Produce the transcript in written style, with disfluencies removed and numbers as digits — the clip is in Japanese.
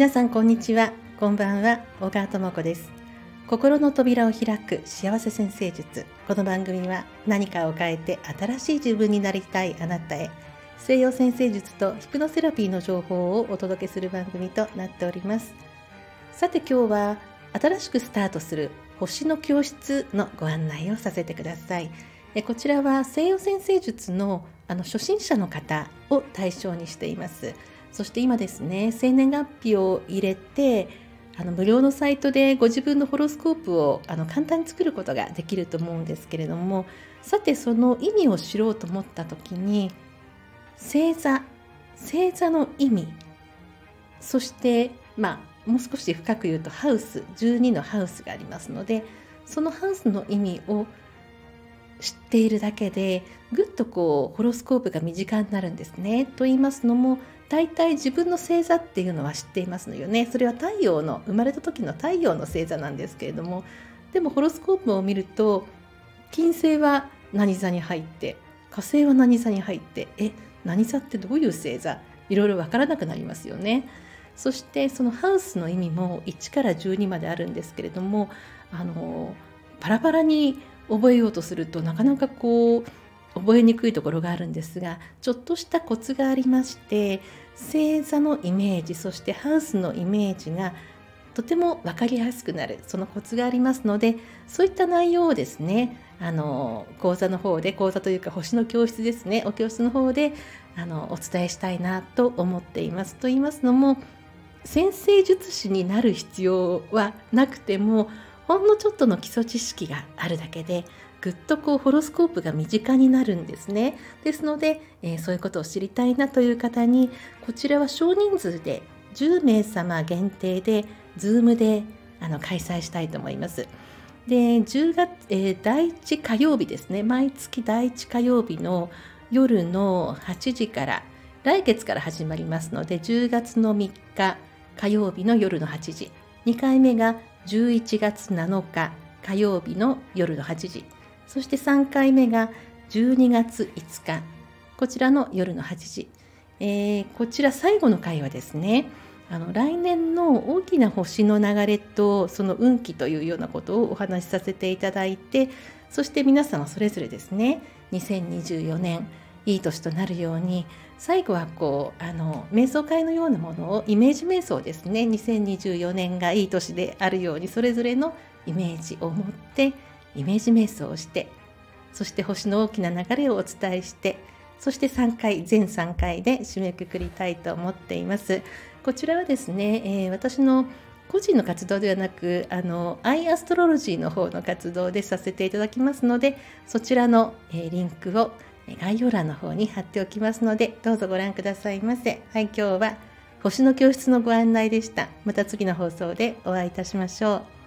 皆さんこんにちは、こんばんは。小川智子です。心の扉を開く幸せ占星術。この番組は何かを変えて新しい自分になりたいあなたへ、西洋占星術とヒプノセラピーの情報をお届けする番組となっております。さて今日は新しくスタートする星の教室のご案内をさせてください。こちらは西洋占星術の初心者の方を対象にしています。そして今ですね、生年月日を入れて無料のサイトでご自分のホロスコープを簡単に作ることができると思うんですけれども、さてその意味を知ろうと思った時に、星座の意味、そしてもう少し深く言うとハウス、12のハウスがありますので、そのハウスの意味を知っているだけでぐっとホロスコープが身近になるんですね。と言いますのも、大体自分の星座っていうのは知っていますのよね。それは生まれた時の太陽の星座なんですけれども、でもホロスコープを見ると金星は何座に入って、火星は何座に入って、何座ってどういう星座、いろいろわからなくなりますよね。そしてそのハウスの意味も1から12まであるんですけれども、パラパラに覚えようとするとなかなか覚えにくいところがあるんですが、ちょっとしたコツがありまして、星座のイメージ、そしてハウスのイメージがとても分かりやすくなる、そのコツがありますので、そういった内容をですね、講座の方で、講座というか星の教室ですね、お教室の方でお伝えしたいなと思っています。と言いますのも、占星術師になる必要はなくても、ほんのちょっとの基礎知識があるだけでぐっとホロスコープが身近になるんですね。ですので、そういうことを知りたいなという方に、こちらは少人数で10名様限定で Zoom で開催したいと思います。で、10月、第1火曜日ですね、毎月第1火曜日の夜の8時から、来月から始まりますので、10月の3日火曜日の夜の8時、2回目が11月7日火曜日の夜の8時、そして3回目が12月5日、こちらの夜の8時、こちら最後の回はですね、来年の大きな星の流れとその運気というようなことをお話しさせていただいて、そして皆様それぞれですね、2024年いい年となるように、最後は瞑想会のようなものを、イメージ瞑想ですね、2024年がいい年であるように、それぞれのイメージを持ってイメージ瞑想をして、そして星の大きな流れをお伝えして、そして全3回で締めくくりたいと思っています。こちらはですね、私の個人の活動ではなく、アイアストロロジーの方の活動でさせていただきますので、そちらの、リンクを概要欄の方に貼っておきますので、どうぞご覧くださいませ。はい、今日は星の教室のご案内でした。また次の放送でお会いいたしましょう。